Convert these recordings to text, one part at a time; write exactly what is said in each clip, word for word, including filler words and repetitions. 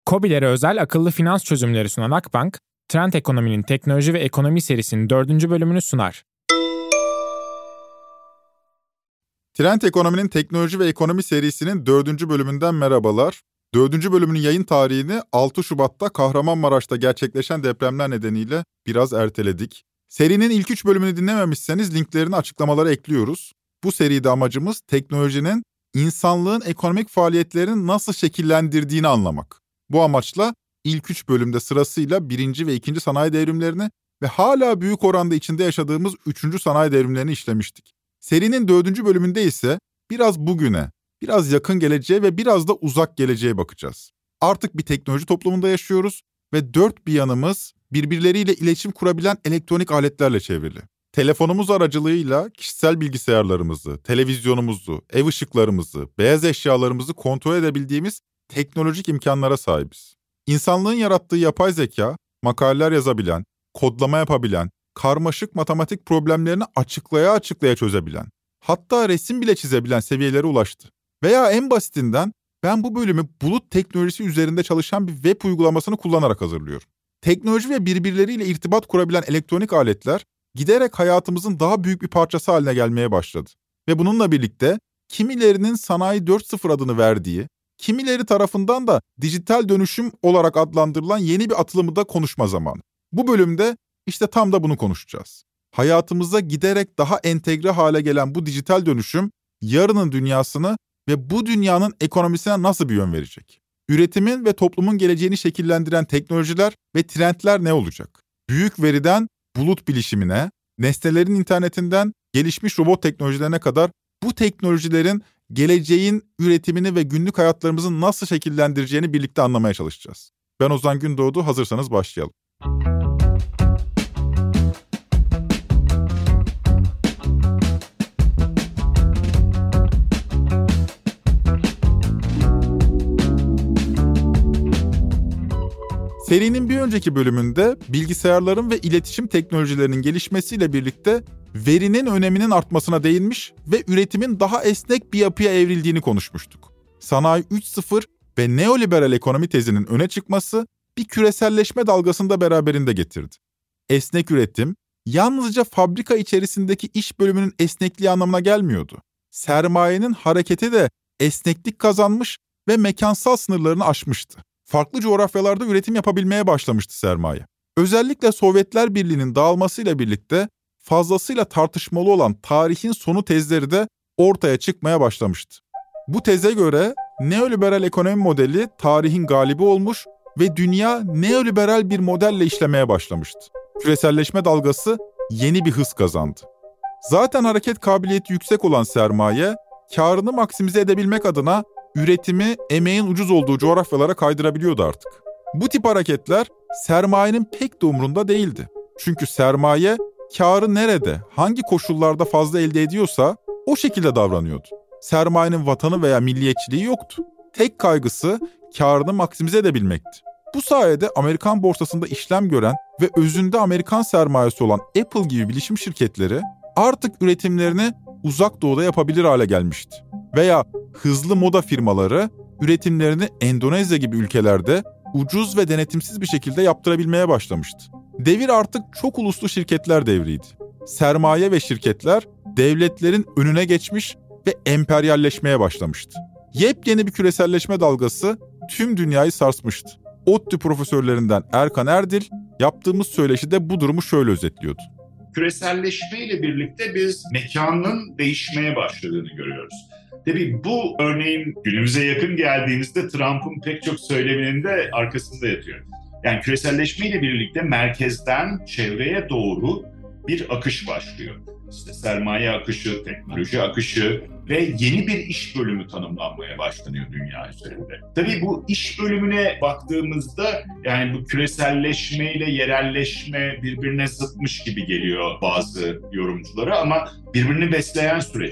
KOBİ'lere özel akıllı finans çözümleri sunan Akbank, Trend Ekonomi'nin teknoloji ve ekonomi serisinin dördüncü bölümünü sunar. Trend Ekonomi'nin teknoloji ve ekonomi serisinin dördüncü bölümünden merhabalar. Dördüncü bölümünün yayın tarihini altı Şubat'ta Kahramanmaraş'ta gerçekleşen depremler nedeniyle biraz erteledik. Serinin ilk üç bölümünü dinlememişseniz linklerini açıklamalara ekliyoruz. Bu seride amacımız teknolojinin insanlığın ekonomik faaliyetlerini nasıl şekillendirdiğini anlamak. Bu amaçla ilk üç bölümde sırasıyla birinci ve ikinci sanayi devrimlerini ve hala büyük oranda içinde yaşadığımız üçüncü sanayi devrimlerini işlemiştik. Serinin dördüncü bölümünde ise biraz bugüne, biraz yakın geleceğe ve biraz da uzak geleceğe bakacağız. Artık bir teknoloji toplumunda yaşıyoruz ve dört bir yanımız birbirleriyle iletişim kurabilen elektronik aletlerle çevrili. Telefonumuz aracılığıyla kişisel bilgisayarlarımızı, televizyonumuzu, ev ışıklarımızı, beyaz eşyalarımızı kontrol edebildiğimiz teknolojik imkanlara sahibiz. İnsanlığın yarattığı yapay zeka, makaleler yazabilen, kodlama yapabilen, karmaşık matematik problemlerini açıklaya açıklaya çözebilen, hatta resim bile çizebilen seviyelere ulaştı. Veya en basitinden ben bu bölümü bulut teknolojisi üzerinde çalışan bir web uygulamasını kullanarak hazırlıyorum. Teknoloji ve birbirleriyle irtibat kurabilen elektronik aletler giderek hayatımızın daha büyük bir parçası haline gelmeye başladı. Ve bununla birlikte kimilerinin Sanayi dört nokta sıfır adını verdiği, kimileri tarafından da dijital dönüşüm olarak adlandırılan yeni bir atılımı da konuşma zamanı. Bu bölümde işte tam da bunu konuşacağız. Hayatımıza giderek daha entegre hale gelen bu dijital dönüşüm, yarının dünyasını ve bu dünyanın ekonomisine nasıl bir yön verecek? Üretimin ve toplumun geleceğini şekillendiren teknolojiler ve trendler ne olacak? Büyük veriden bulut bilişimine, nesnelerin internetinden gelişmiş robot teknolojilerine kadar bu teknolojilerin geleceğin üretimini ve günlük hayatlarımızı nasıl şekillendireceğini birlikte anlamaya çalışacağız. Ben Ozan Gündoğdu, hazırsanız başlayalım. Serinin bir önceki bölümünde bilgisayarların ve iletişim teknolojilerinin gelişmesiyle birlikte verinin öneminin artmasına değinmiş ve üretimin daha esnek bir yapıya evrildiğini konuşmuştuk. Sanayi üç nokta sıfır ve neoliberal ekonomi tezinin öne çıkması bir küreselleşme dalgasını da beraberinde getirdi. Esnek üretim yalnızca fabrika içerisindeki iş bölümünün esnekliği anlamına gelmiyordu. Sermayenin hareketi de esneklik kazanmış ve mekansal sınırlarını aşmıştı. Farklı coğrafyalarda üretim yapabilmeye başlamıştı sermaye. Özellikle Sovyetler Birliği'nin dağılmasıyla birlikte fazlasıyla tartışmalı olan tarihin sonu tezleri de ortaya çıkmaya başlamıştı. Bu teze göre neoliberal ekonomi modeli tarihin galibi olmuş ve dünya neoliberal bir modelle işlemeye başlamıştı. Küreselleşme dalgası yeni bir hız kazandı. Zaten hareket kabiliyeti yüksek olan sermaye, karını maksimize edebilmek adına üretimi emeğin ucuz olduğu coğrafyalara kaydırabiliyordu artık. Bu tip hareketler sermayenin pek de umrunda değildi. Çünkü sermaye karı nerede, hangi koşullarda fazla elde ediyorsa o şekilde davranıyordu. Sermayenin vatanı veya milliyetçiliği yoktu. Tek kaygısı karını maksimize edebilmekti. Bu sayede Amerikan borsasında işlem gören ve özünde Amerikan sermayesi olan Apple gibi bilişim şirketleri artık üretimlerini uzak doğuda yapabilir hale gelmişti. Veya hızlı moda firmaları üretimlerini Endonezya gibi ülkelerde ucuz ve denetimsiz bir şekilde yaptırabilmeye başlamıştı. Devir artık çok uluslu şirketler devriydi. Sermaye ve şirketler devletlerin önüne geçmiş ve emperyalleşmeye başlamıştı. Yepyeni bir küreselleşme dalgası tüm dünyayı sarsmıştı. ODTÜ profesörlerinden Erkan Erdil yaptığımız söyleşide bu durumu şöyle özetliyordu. Küreselleşmeyle birlikte biz mekanın değişmeye başladığını görüyoruz. Tabii bu örneğin günümüze yakın geldiğimizde Trump'ın pek çok söyleminin de arkasında yatıyor. Yani küreselleşmeyle birlikte merkezden çevreye doğru bir akış başlıyor. İşte sermaye akışı, teknoloji akışı ve yeni bir iş bölümü tanımlanmaya başlanıyor dünya üzerinde. Tabii bu iş bölümüne baktığımızda yani bu küreselleşmeyle yerelleşme birbirine zıtmış gibi geliyor bazı yorumculara ama birbirini besleyen süreçler.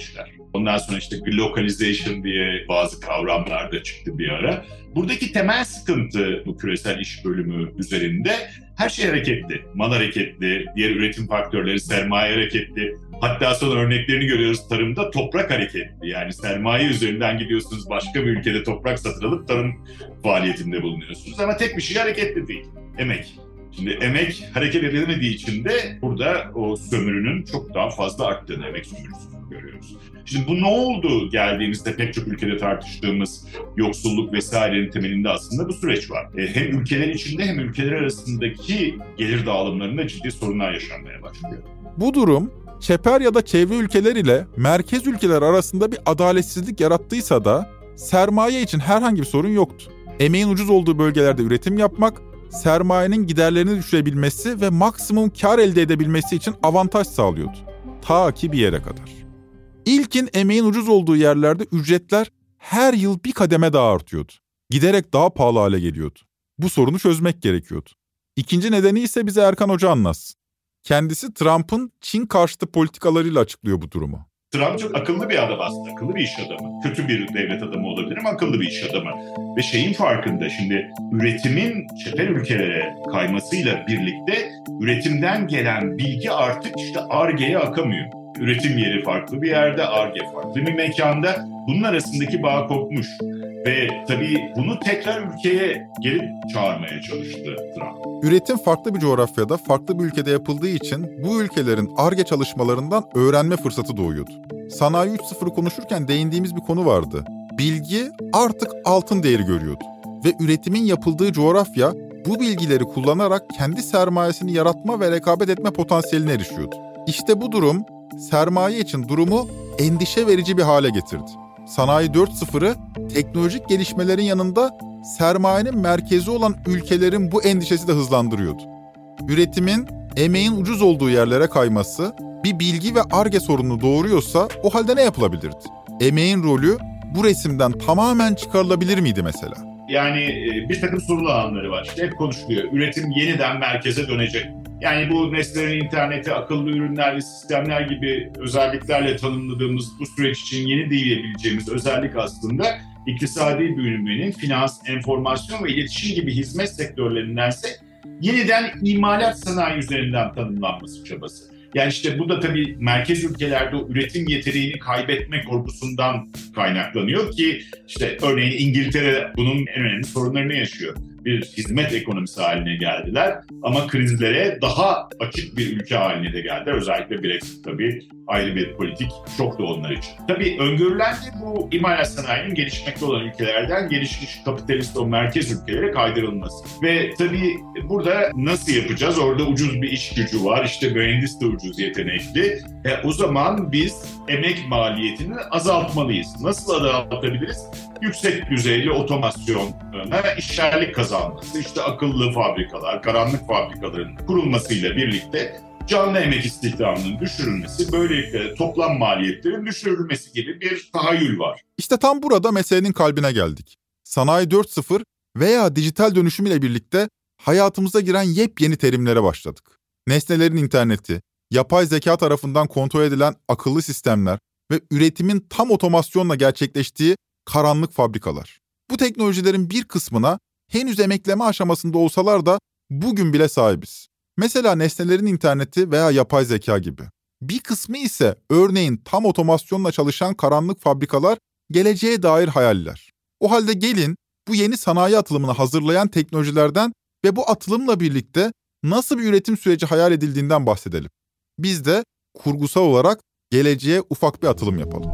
Ondan sonra işte globalization diye bazı kavramlar da çıktı bir ara. Buradaki temel sıkıntı bu küresel iş bölümü üzerinde her şey hareketli. Mal hareketli, diğer üretim faktörleri, sermaye hareketli. Hatta son örneklerini görüyoruz tarımda, toprak hareketli. Yani sermaye üzerinden gidiyorsunuz, başka bir ülkede toprak satın alıp tarım faaliyetinde bulunuyorsunuz. Ama tek bir şey hareketli değil, emek. Şimdi emek hareket edilemediği için de burada o sömürünün çok daha fazla arttığını, emek sömürüsünü görüyoruz. Şimdi bu ne oldu geldiğimizde pek çok ülkede tartıştığımız yoksulluk vesairenin temelinde aslında bu süreç var. E, hem ülkeler içinde hem ülkeler arasındaki gelir dağılımlarında ciddi sorunlar yaşanmaya başlıyor. Bu durum çeper ya da çevre ülkeler ile merkez ülkeler arasında bir adaletsizlik yarattıysa da sermaye için herhangi bir sorun yoktu. Emeğin ucuz olduğu bölgelerde üretim yapmak, sermayenin giderlerini düşürebilmesi ve maksimum kar elde edebilmesi için avantaj sağlıyordu. Ta ki bir yere kadar. İlkin emeğin ucuz olduğu yerlerde ücretler her yıl bir kademe daha artıyordu. Giderek daha pahalı hale geliyordu. Bu sorunu çözmek gerekiyordu. İkinci nedeni ise bize Erkan Hoca anlatsın. Kendisi Trump'ın Çin karşıtı politikalarıyla açıklıyor bu durumu. Trump çok akıllı bir adam aslında, akıllı bir iş adamı. Kötü bir devlet adamı olabilir ama akıllı bir iş adamı. Ve şeyin farkında, şimdi üretimin çeper ülkelere kaymasıyla birlikte üretimden gelen bilgi artık işte Ar-Ge'ye akamıyor. Üretim yeri farklı bir yerde, Ar-Ge farklı bir mekanda. Bunun arasındaki bağ kopmuş. Ve tabii bunu tekrar ülkeye geri çağırmaya çalıştı Trump. Üretim farklı bir coğrafyada, farklı bir ülkede yapıldığı için bu ülkelerin Ar-Ge çalışmalarından öğrenme fırsatı doğuyordu. Sanayi üç nokta sıfırı konuşurken değindiğimiz bir konu vardı. Bilgi artık altın değeri görüyordu. Ve üretimin yapıldığı coğrafya bu bilgileri kullanarak kendi sermayesini yaratma ve rekabet etme potansiyeline erişiyordu. İşte bu durum sermaye için durumu endişe verici bir hale getirdi. Sanayi dört nokta sıfırı teknolojik gelişmelerin yanında sermayenin merkezi olan ülkelerin bu endişesi de hızlandırıyordu. Üretimin, emeğin ucuz olduğu yerlere kayması bir bilgi ve Ar-Ge sorunu doğuruyorsa o halde ne yapılabilirdi? Emeğin rolü bu resimden tamamen çıkarılabilir miydi mesela? Yani bir takım sorun alanları var. İşte hep konuşuluyor. Üretim yeniden merkeze dönecek. Yani bu nesnelerin interneti, akıllı ürünler ve sistemler gibi özelliklerle tanımladığımız bu süreç için yeni diyebileceğimiz özellik aslında iktisadi büyümenin finans, enformasyon ve iletişim gibi hizmet sektörlerindense yeniden imalat sanayi üzerinden tanımlanması çabası. Yani işte bu da tabii merkez ülkelerde o üretim yeteneğini kaybetme korkusundan kaynaklanıyor ki işte örneğin İngiltere bunun en önemli sorunlarını yaşıyor. Bir hizmet ekonomisi haline geldiler ama krizlere daha açık bir ülke haline de geldiler. Özellikle Brexit tabii ayrı bir politik şok da onlar için. Tabii öngörülen de bu imalat sanayinin gelişmekte olan ülkelerden gelişmiş kapitalist o merkez ülkelere kaydırılması. Ve tabii burada nasıl yapacağız? Orada ucuz bir iş gücü var. İşte mühendis de ucuz, yetenekli. E, o zaman biz emek maliyetini azaltmalıyız. Nasıl azaltabiliriz? Yüksek düzeyli otomasyona işlerlik kazanması, işte akıllı fabrikalar, karanlık fabrikaların kurulmasıyla birlikte canlı emek istihdamının düşürülmesi, böylelikle toplam maliyetlerin düşürülmesi gibi bir tahayyül var. İşte tam burada meselenin kalbine geldik. Sanayi dört nokta sıfır veya dijital dönüşüm ile birlikte hayatımıza giren yepyeni terimlere başladık. Nesnelerin interneti, yapay zeka tarafından kontrol edilen akıllı sistemler ve üretimin tam otomasyonla gerçekleştiği karanlık fabrikalar. Bu teknolojilerin bir kısmına henüz emekleme aşamasında olsalar da bugün bile sahibiz. Mesela nesnelerin interneti veya yapay zeka gibi. Bir kısmı ise örneğin tam otomasyonla çalışan karanlık fabrikalar, geleceğe dair hayaller. O halde gelin bu yeni sanayi atılımını hazırlayan teknolojilerden ve bu atılımla birlikte nasıl bir üretim süreci hayal edildiğinden bahsedelim. Biz de kurgusal olarak geleceğe ufak bir atılım yapalım.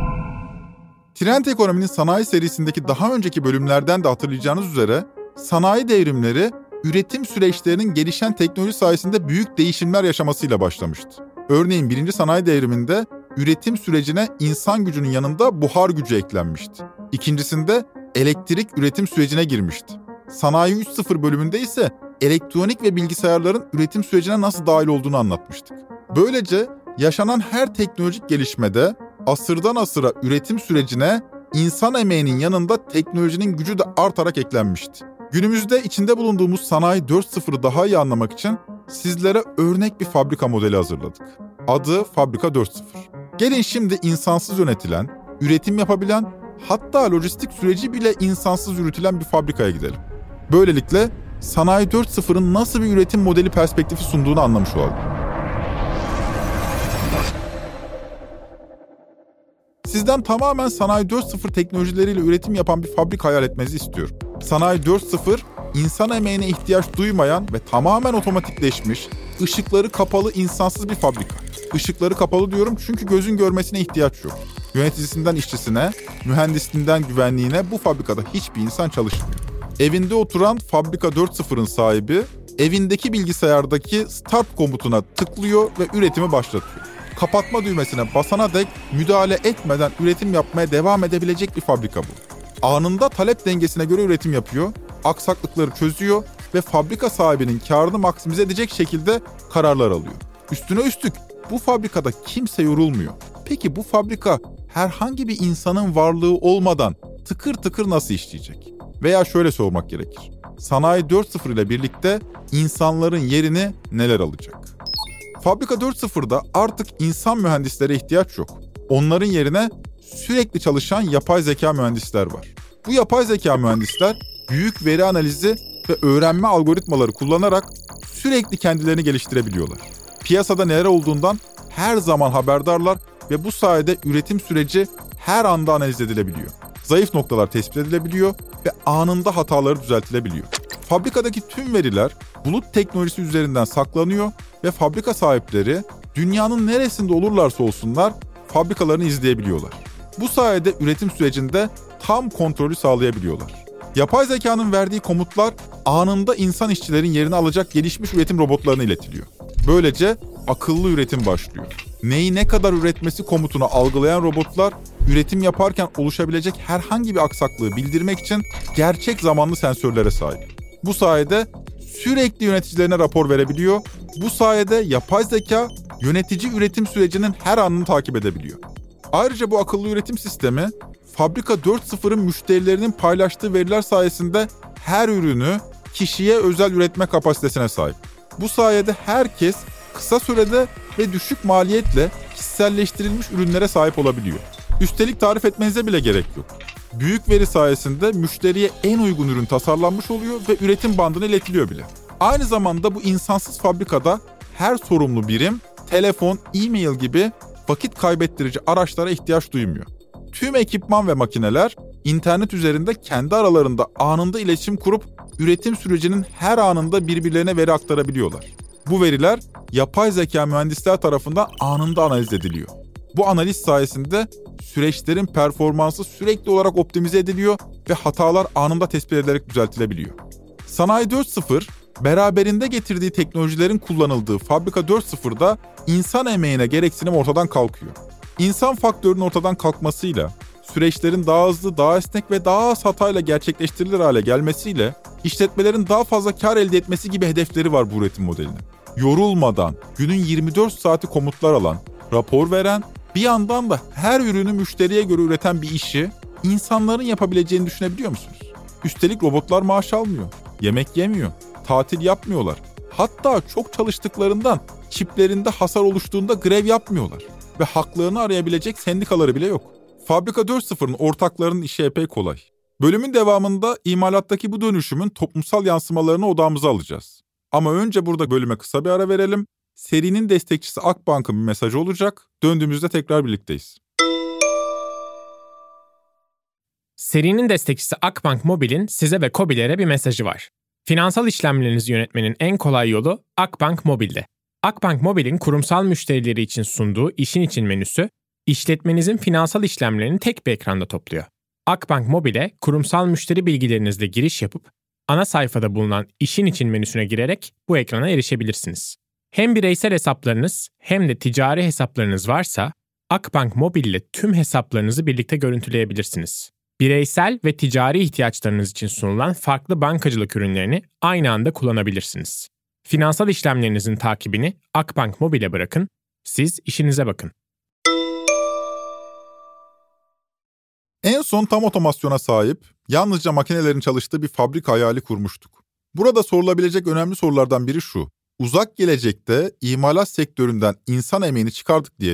Trend Ekonomi'nin sanayi serisindeki daha önceki bölümlerden de hatırlayacağınız üzere sanayi devrimleri üretim süreçlerinin gelişen teknoloji sayesinde büyük değişimler yaşamasıyla başlamıştı. Örneğin birinci sanayi devriminde üretim sürecine insan gücünün yanında buhar gücü eklenmişti. İkincisinde elektrik üretim sürecine girmişti. Sanayi üç nokta sıfır bölümünde ise elektronik ve bilgisayarların üretim sürecine nasıl dahil olduğunu anlatmıştık. Böylece yaşanan her teknolojik gelişmede asırdan asıra üretim sürecine insan emeğinin yanında teknolojinin gücü de artarak eklenmişti. Günümüzde içinde bulunduğumuz Sanayi dört nokta sıfırı daha iyi anlamak için sizlere örnek bir fabrika modeli hazırladık. Adı Fabrika dört nokta sıfır. Gelin şimdi insansız yönetilen, üretim yapabilen, hatta lojistik süreci bile insansız yürütülen bir fabrikaya gidelim. Böylelikle Sanayi dört nokta sıfırın nasıl bir üretim modeli perspektifi sunduğunu anlamış olalım. Sizden tamamen Sanayi dört nokta sıfır teknolojileriyle üretim yapan bir fabrika hayal etmenizi istiyorum. Sanayi dört nokta sıfır, insan emeğine ihtiyaç duymayan ve tamamen otomatikleşmiş, ışıkları kapalı insansız bir fabrika. Işıkları kapalı diyorum çünkü gözün görmesine ihtiyaç yok. Yöneticisinden işçisine, mühendisinden güvenliğine bu fabrikada hiçbir insan çalışmıyor. Evinde oturan Fabrika dört nokta sıfırın sahibi, evindeki bilgisayardaki Start komutuna tıklıyor ve üretimi başlatıyor. Kapatma düğmesine basana dek müdahale etmeden üretim yapmaya devam edebilecek bir fabrika bu. Anında talep dengesine göre üretim yapıyor, aksaklıkları çözüyor ve fabrika sahibinin karını maksimize edecek şekilde kararlar alıyor. Üstüne üstlük bu fabrikada kimse yorulmuyor. Peki bu fabrika herhangi bir insanın varlığı olmadan tıkır tıkır nasıl işleyecek? Veya şöyle sormak gerekir. Sanayi dört nokta sıfır ile birlikte insanların yerini neler alacak? Fabrika dört nokta sıfırda artık insan mühendislere ihtiyaç yok. Onların yerine sürekli çalışan yapay zeka mühendisler var. Bu yapay zeka mühendisler büyük veri analizi ve öğrenme algoritmaları kullanarak sürekli kendilerini geliştirebiliyorlar. Piyasada neler olduğundan her zaman haberdarlar ve bu sayede üretim süreci her anda analiz edilebiliyor. Zayıf noktalar tespit edilebiliyor ve anında hataları düzeltilebiliyor. Fabrikadaki tüm veriler bulut teknolojisi üzerinden saklanıyor ve fabrika sahipleri dünyanın neresinde olurlarsa olsunlar fabrikalarını izleyebiliyorlar. Bu sayede üretim sürecinde tam kontrolü sağlayabiliyorlar. Yapay zekanın verdiği komutlar anında insan işçilerin yerini alacak gelişmiş üretim robotlarına iletiliyor. Böylece akıllı üretim başlıyor. Neyi ne kadar üretmesi komutunu algılayan robotlar üretim yaparken oluşabilecek herhangi bir aksaklığı bildirmek için gerçek zamanlı sensörlere sahip. Bu sayede sürekli yöneticilerine rapor verebiliyor. Bu sayede yapay zeka yönetici üretim sürecinin her anını takip edebiliyor. Ayrıca bu akıllı üretim sistemi Fabrika dört nokta sıfırın müşterilerinin paylaştığı veriler sayesinde her ürünü kişiye özel üretme kapasitesine sahip. Bu sayede herkes kısa sürede ve düşük maliyetle kişiselleştirilmiş ürünlere sahip olabiliyor. Üstelik tarif etmenize bile gerek yok. Büyük veri sayesinde müşteriye en uygun ürün tasarlanmış oluyor ve üretim bandına iletiliyor bile. Aynı zamanda bu insansız fabrikada her sorumlu birim telefon, e-mail gibi vakit kaybettirici araçlara ihtiyaç duymuyor. Tüm ekipman ve makineler internet üzerinde kendi aralarında anında iletişim kurup üretim sürecinin her anında birbirlerine veri aktarabiliyorlar. Bu veriler yapay zeka mühendisler tarafından anında analiz ediliyor. Bu analiz sayesinde süreçlerin performansı sürekli olarak optimize ediliyor ve hatalar anında tespit edilerek düzeltilebiliyor. Sanayi dört nokta sıfır, beraberinde getirdiği teknolojilerin kullanıldığı Fabrika dört nokta sıfırda insan emeğine gereksinim ortadan kalkıyor. İnsan faktörünün ortadan kalkmasıyla, süreçlerin daha hızlı, daha esnek ve daha az hatayla gerçekleştirilir hale gelmesiyle işletmelerin daha fazla kar elde etmesi gibi hedefleri var bu üretim modelinin. Yorulmadan, günün yirmi dört saati komutlar alan, rapor veren, bir yandan da her ürünü müşteriye göre üreten bir işi insanların yapabileceğini düşünebiliyor musunuz? Üstelik robotlar maaş almıyor, yemek yemiyor, tatil yapmıyorlar. Hatta çok çalıştıklarından çiplerinde hasar oluştuğunda grev yapmıyorlar ve haklarını arayabilecek sendikaları bile yok. Fabrika dört nokta sıfırın ortaklarının işi epey kolay. Bölümün devamında imalattaki bu dönüşümün toplumsal yansımalarını odağımıza alacağız. Ama önce burada bölüme kısa bir ara verelim. Serinin destekçisi Akbank'ın bir mesajı olacak. Döndüğümüzde tekrar birlikteyiz. Serinin destekçisi Akbank Mobil'in size ve KOBİ'lere bir mesajı var. Finansal işlemlerinizi yönetmenin en kolay yolu Akbank Mobil'de. Akbank Mobil'in kurumsal müşterileri için sunduğu işin için menüsü, işletmenizin finansal işlemlerini tek bir ekranda topluyor. Akbank Mobil'e kurumsal müşteri bilgilerinizle giriş yapıp, ana sayfada bulunan işin için menüsüne girerek bu ekrana erişebilirsiniz. Hem bireysel hesaplarınız hem de ticari hesaplarınız varsa, Akbank Mobil ile tüm hesaplarınızı birlikte görüntüleyebilirsiniz. Bireysel ve ticari ihtiyaçlarınız için sunulan farklı bankacılık ürünlerini aynı anda kullanabilirsiniz. Finansal işlemlerinizin takibini Akbank Mobil'e bırakın, siz işinize bakın. En son tam otomasyona sahip, yalnızca makinelerin çalıştığı bir fabrika hayali kurmuştuk. Burada sorulabilecek önemli sorulardan biri şu: uzak gelecekte imalat sektöründen insan emeğini çıkardık diyelim.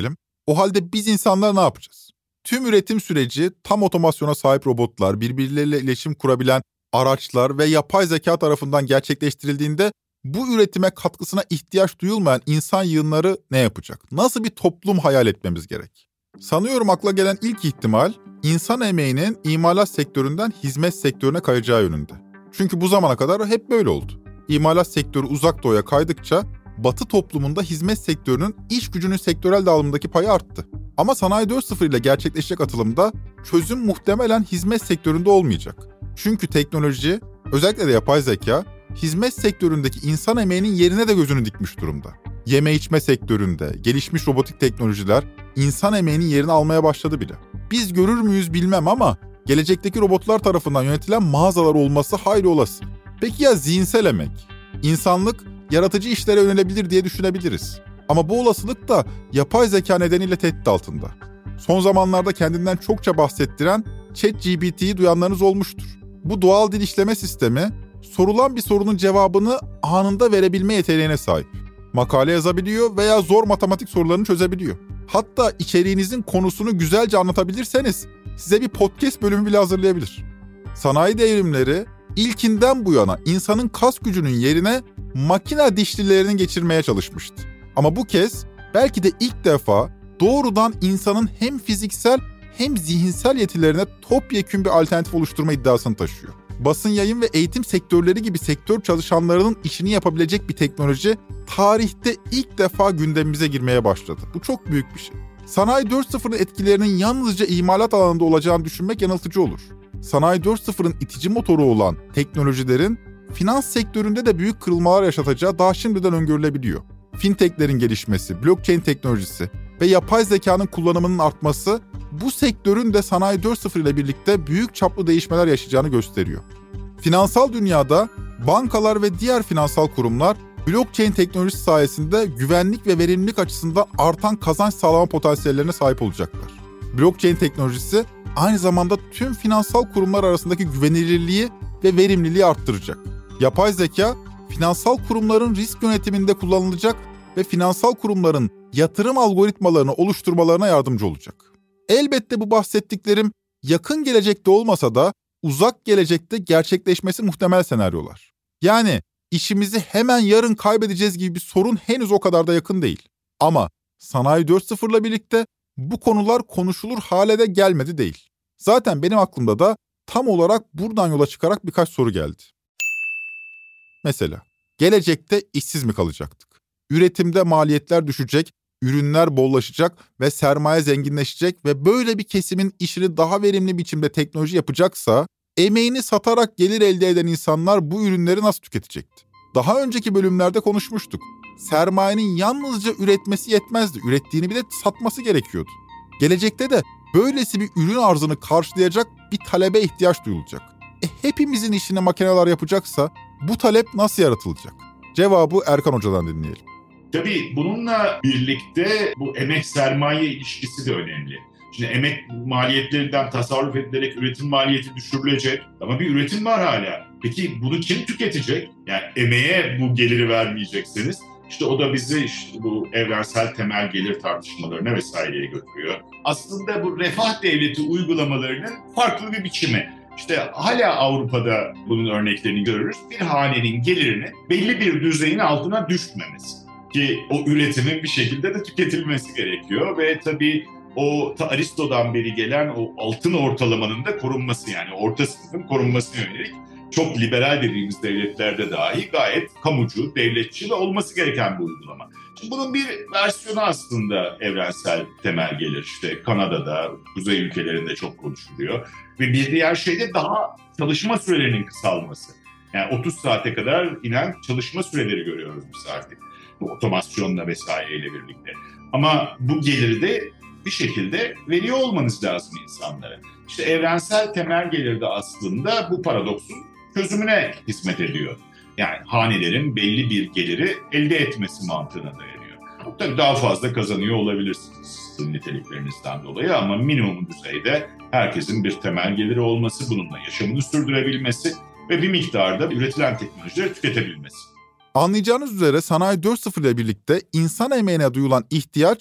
O halde biz insanlar ne yapacağız? Tüm üretim süreci tam otomasyona sahip robotlar, birbirleriyle iletişim kurabilen araçlar ve yapay zeka tarafından gerçekleştirildiğinde bu üretime katkısına ihtiyaç duyulmayan insan yığınları ne yapacak? Nasıl bir toplum hayal etmemiz gerek? Sanıyorum akla gelen ilk ihtimal insan emeğinin imalat sektöründen hizmet sektörüne kayacağı yönünde. Çünkü bu zamana kadar hep böyle oldu. İmalat sektörü uzak doğuya kaydıkça Batı toplumunda hizmet sektörünün iş gücünün sektörel dağılımındaki payı arttı. Ama Sanayi dört nokta sıfır ile gerçekleşecek atılımda çözüm muhtemelen hizmet sektöründe olmayacak. Çünkü teknoloji, özellikle de yapay zeka, hizmet sektöründeki insan emeğinin yerine de gözünü dikmiş durumda. Yeme içme sektöründe gelişmiş robotik teknolojiler insan emeğinin yerini almaya başladı bile. Biz görür müyüz bilmem ama gelecekteki robotlar tarafından yönetilen mağazalar olması hayli olası. Peki ya zihinsel emek? İnsanlık yaratıcı işlere yönelebilir diye düşünebiliriz. Ama bu olasılık da yapay zeka nedeniyle tehdit altında. Son zamanlarda kendinden çokça bahsettiren ChatGPT'yi duyanlarınız olmuştur. Bu doğal dil işleme sistemi sorulan bir sorunun cevabını anında verebilme yeteneğine sahip. Makale yazabiliyor veya zor matematik sorularını çözebiliyor. Hatta içeriğinizin konusunu güzelce anlatabilirseniz size bir podcast bölümü bile hazırlayabilir. Sanayi devrimleri ilkinden bu yana insanın kas gücünün yerine makine dişlilerini geçirmeye çalışmıştı. Ama bu kez belki de ilk defa doğrudan insanın hem fiziksel hem zihinsel yetilerine topyekün bir alternatif oluşturma iddiasını taşıyor. Basın yayın ve eğitim sektörleri gibi sektör çalışanlarının işini yapabilecek bir teknoloji tarihte ilk defa gündemimize girmeye başladı. Bu çok büyük bir şey. Sanayi dört nokta sıfırın etkilerinin yalnızca imalat alanında olacağını düşünmek yanıltıcı olur. Sanayi dört nokta sıfırın itici motoru olan teknolojilerin finans sektöründe de büyük kırılmalar yaşatacağı daha şimdiden öngörülebiliyor. Fintech'lerin gelişmesi, blockchain teknolojisi ve yapay zekanın kullanımının artması bu sektörün de Sanayi dört nokta sıfır ile birlikte büyük çaplı değişmeler yaşayacağını gösteriyor. Finansal dünyada bankalar ve diğer finansal kurumlar blockchain teknolojisi sayesinde güvenlik ve verimlilik açısından artan kazanç sağlama potansiyellerine sahip olacaklar. Blockchain teknolojisi aynı zamanda tüm finansal kurumlar arasındaki güvenilirliği ve verimliliği arttıracak. Yapay zeka, finansal kurumların risk yönetiminde kullanılacak ve finansal kurumların yatırım algoritmalarını oluşturmalarına yardımcı olacak. Elbette bu bahsettiklerim yakın gelecekte olmasa da uzak gelecekte gerçekleşmesi muhtemel senaryolar. Yani işimizi hemen yarın kaybedeceğiz gibi bir sorun henüz o kadar da yakın değil. Ama Sanayi dört nokta sıfır ile birlikte bu konular konuşulur hale de gelmedi değil. Zaten benim aklımda da tam olarak buradan yola çıkarak birkaç soru geldi. Mesela, gelecekte işsiz mi kalacaktık? Üretimde maliyetler düşecek, ürünler bollaşacak ve sermaye zenginleşecek ve böyle bir kesimin işini daha verimli biçimde teknoloji yapacaksa, emeğini satarak gelir elde eden insanlar bu ürünleri nasıl tüketecekti? Daha önceki bölümlerde konuşmuştuk. Sermayenin yalnızca üretmesi yetmezdi, ürettiğini bir de satması gerekiyordu. Gelecekte de böylesi bir ürün arzını karşılayacak bir talebe ihtiyaç duyulacak. E, hepimizin işini makineler yapacaksa bu talep nasıl yaratılacak? Cevabı Erkan Hoca'dan dinleyelim. Tabii bununla birlikte bu emek sermaye ilişkisi de önemli. Şimdi emek maliyetlerinden tasarruf edilerek üretim maliyeti düşürülecek ama bir üretim var hala. Peki bunu kim tüketecek? Yani emeğe bu geliri vermeyecekseniz işte o da bizi işte bu evrensel temel gelir tartışmalarına vesaireye götürüyor. Aslında bu refah devleti uygulamalarının farklı bir biçimi. İşte hala Avrupa'da bunun örneklerini görürüz. Bir hanenin gelirinin belli bir düzeyin altına düşmemesi. Ki o üretimin bir şekilde de tüketilmesi gerekiyor ve tabii o ta Aristo'dan beri gelen o altın ortalamanın da korunması, yani orta sınıfın korunmasına yönelik çok liberal dediğimiz devletlerde dahi gayet kamucu, devletçi ve olması gereken bir uygulama. Şimdi bunun bir versiyonu aslında evrensel temel gelir. İşte Kanada'da, kuzey ülkelerinde çok konuşuluyor. Ve bir diğer şey de daha çalışma sürelerinin kısalması. Yani otuz saate kadar inen çalışma süreleri görüyoruz biz artık. Bu otomasyonla vesaireyle birlikte. Ama bu geliri de bir şekilde veriyor olmanız lazım insanlara. İşte evrensel temel gelir de aslında bu paradoksun çözümüne hizmet ediyor. Yani hanelerin belli bir geliri elde etmesi mantığına dayanıyor. Tabii daha fazla kazanıyor olabilirsiniz sizin niteliklerinizden dolayı ama minimum düzeyde herkesin bir temel geliri olması, bununla yaşamını sürdürebilmesi ve bir miktarda üretilen teknolojileri tüketebilmesi. Anlayacağınız üzere Sanayi dört nokta sıfır ile birlikte insan emeğine duyulan ihtiyaç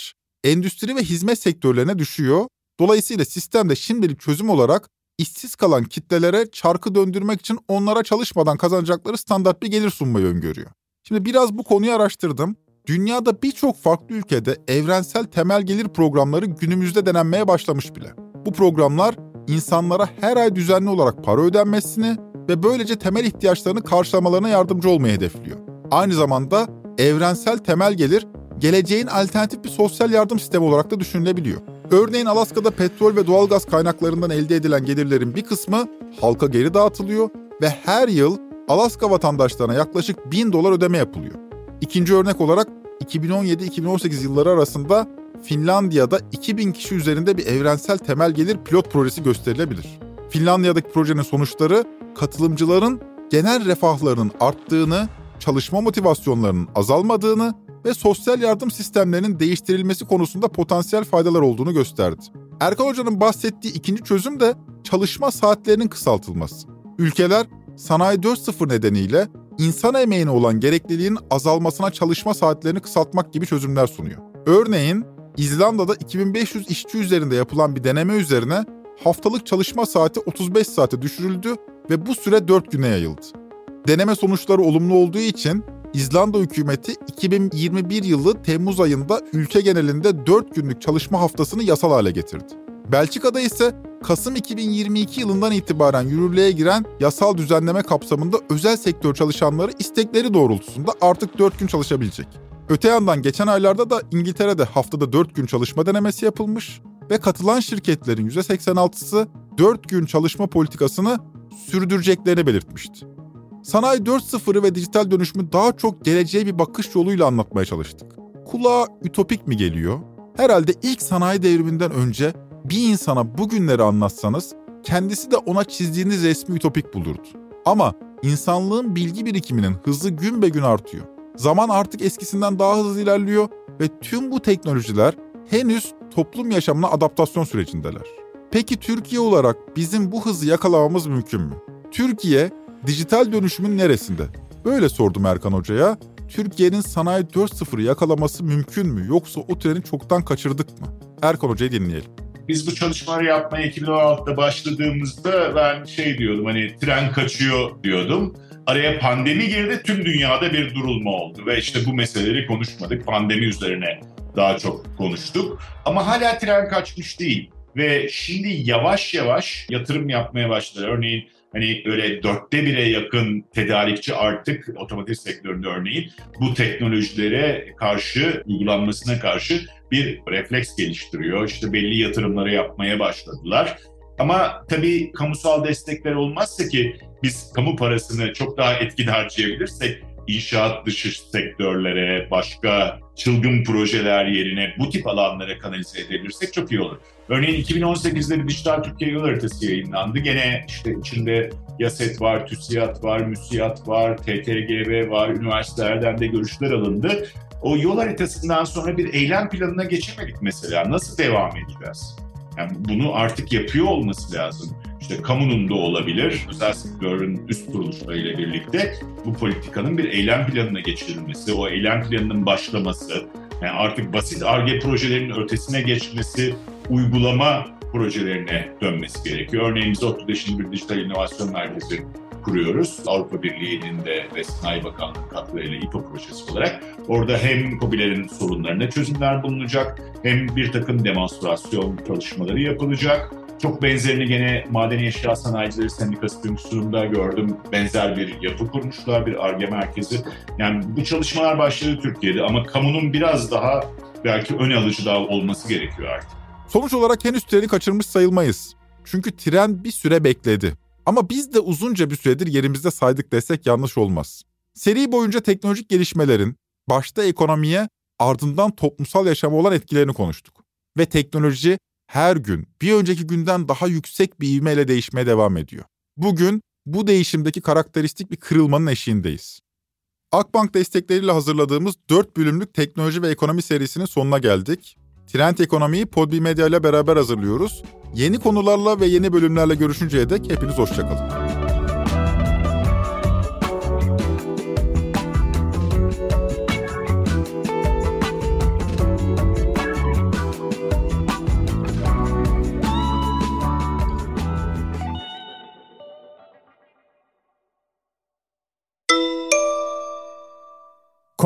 endüstri ve hizmet sektörlerine düşüyor. Dolayısıyla sistemde şimdilik çözüm olarak işsiz kalan kitlelere çarkı döndürmek için onlara çalışmadan kazanacakları standart bir gelir sunmayı öngörüyor. Şimdi biraz bu konuyu araştırdım. Dünyada birçok farklı ülkede evrensel temel gelir programları günümüzde denenmeye başlamış bile. Bu programlar insanlara her ay düzenli olarak para ödenmesini ve böylece temel ihtiyaçlarını karşılamalarına yardımcı olmayı hedefliyor. Aynı zamanda evrensel temel gelir, geleceğin alternatif bir sosyal yardım sistemi olarak da düşünülebiliyor. Örneğin Alaska'da petrol ve doğalgaz kaynaklarından elde edilen gelirlerin bir kısmı halka geri dağıtılıyor ve her yıl Alaska vatandaşlarına yaklaşık bin dolar ödeme yapılıyor. İkinci örnek olarak iki bin on yedi iki bin on sekiz yılları arasında Finlandiya'da iki bin kişi üzerinde bir evrensel temel gelir pilot projesi gösterilebilir. Finlandiya'daki projenin sonuçları katılımcıların genel refahlarının arttığını, çalışma motivasyonlarının azalmadığını ve sosyal yardım sistemlerinin değiştirilmesi konusunda potansiyel faydalar olduğunu gösterdi. Erkan Hoca'nın bahsettiği ikinci çözüm de çalışma saatlerinin kısaltılması. Ülkeler Sanayi dört nokta sıfır nedeniyle insan emeğine olan gerekliliğin azalmasına çalışma saatlerini kısaltmak gibi çözümler sunuyor. Örneğin İzlanda'da iki bin beş yüz işçi üzerinde yapılan bir deneme üzerine haftalık çalışma saati otuz beş saate düşürüldü ve bu süre dört güne yayıldı. Deneme sonuçları olumlu olduğu için İzlanda hükümeti iki bin yirmi bir yılı Temmuz ayında ülke genelinde dört günlük çalışma haftasını yasal hale getirdi. Belçika'da ise Kasım iki bin yirmi iki yılından itibaren yürürlüğe giren yasal düzenleme kapsamında özel sektör çalışanları istekleri doğrultusunda artık dört gün çalışabilecek. Öte yandan geçen aylarda da İngiltere'de haftada dört gün çalışma denemesi yapılmış ve katılan şirketlerin yüzde seksen altısı dört gün çalışma politikasını sürdüreceklerini belirtmişti. Sanayi dört nokta sıfırı ve dijital dönüşümü daha çok geleceğe bir bakış yoluyla anlatmaya çalıştık. Kulağa ütopik mi geliyor? Herhalde ilk sanayi devriminden önce bir insana bugünleri anlatsanız kendisi de ona çizdiğiniz resmi ütopik bulurdu. Ama insanlığın bilgi birikiminin hızı gün be gün artıyor. Zaman artık eskisinden daha hızlı ilerliyor ve tüm bu teknolojiler henüz toplum yaşamına adaptasyon sürecindeler. Peki Türkiye olarak bizim bu hızı yakalamamız mümkün mü? Türkiye dijital dönüşümün neresinde? Böyle sordum Erkan Hoca'ya. Türkiye'nin Sanayi dört nokta sıfırı yakalaması mümkün mü yoksa o treni çoktan kaçırdık mı? Erkan Hoca'yı dinleyelim. Biz bu çalışmaları yapmaya iki bin on altıda başladığımızda ben şey diyordum, hani tren kaçıyor diyordum. Araya pandemi girdi, tüm dünyada bir durulma oldu ve işte bu meseleleri konuşmadık. Pandemi üzerine daha çok konuştuk ama hala tren kaçmış değil. Ve şimdi yavaş yavaş yatırım yapmaya başladı. Örneğin hani öyle dörtte bire yakın tedarikçi artık otomotiv sektöründe örneğin bu teknolojilere karşı, uygulanmasına karşı bir refleks geliştiriyor. İşte belli yatırımları yapmaya başladılar. Ama tabii kamusal destekler olmazsa ki biz kamu parasını çok daha etkili harcayabilirsek inşaat dışı sektörlere, başka çılgın projeler yerine bu tip alanlara kanalize edebilirsek çok iyi olur. Örneğin iki bin on sekizde bir Dijital Türkiye Yol Haritası yayınlandı. Gene işte içinde YASET var, TÜSİAD var, MÜSİAD var, T T G B var, üniversitelerden de görüşler alındı. O yol haritasından sonra bir eylem planına geçemedik mesela. Nasıl devam edeceğiz? Yani bunu artık yapıyor olması lazım. İşte kamunun da olabilir, özel sektörün üst kuruluşlarıyla birlikte bu politikanın bir eylem planına geçirilmesi, o eylem planının başlaması, yani artık basit Ar-Ge projelerinin ötesine geçmesi, uygulama projelerine dönmesi gerekiyor. Örneğin biz ODTÜ'de şimdi bir dijital inovasyon merkezi kuruyoruz. Avrupa Birliği'nin de ve Sanayi Bakanlığı katkılarıyla İ P A projesi olarak. Orada hem KOBİ'lerin sorunlarına çözümler bulunacak, hem bir takım demonstrasyon çalışmaları yapılacak. Çok benzerini gene Madeni Eşya Sanayicileri Sendikası Dönüşüm'de gördüm. Benzer bir yapı kurmuşlar, bir Ar-Ge merkezi. Yani bu çalışmalar başladı Türkiye'de ama kamunun biraz daha belki ön alıcı daha olması gerekiyor artık. Sonuç olarak henüz treni kaçırmış sayılmayız. Çünkü tren bir süre bekledi. Ama biz de uzunca bir süredir yerimizde saydık desek yanlış olmaz. Seri boyunca teknolojik gelişmelerin başta ekonomiye ardından toplumsal yaşama olan etkilerini konuştuk. Ve teknoloji her gün bir önceki günden daha yüksek bir ivmeyle değişmeye devam ediyor. Bugün bu değişimdeki karakteristik bir kırılmanın eşiğindeyiz. Akbank destekleriyle hazırladığımız dört bölümlük teknoloji ve ekonomi serisinin sonuna geldik. Trend Ekonomi'yi Podbi Medya ile beraber hazırlıyoruz. Yeni konularla ve yeni bölümlerle görüşünceye dek hepiniz hoşçakalın.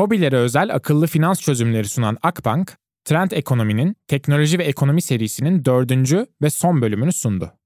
KOBİ'lere özel akıllı finans çözümleri sunan Akbank, Trend Ekonomi'nin Teknoloji ve Ekonomi serisinin dördüncü ve son bölümünü sundu.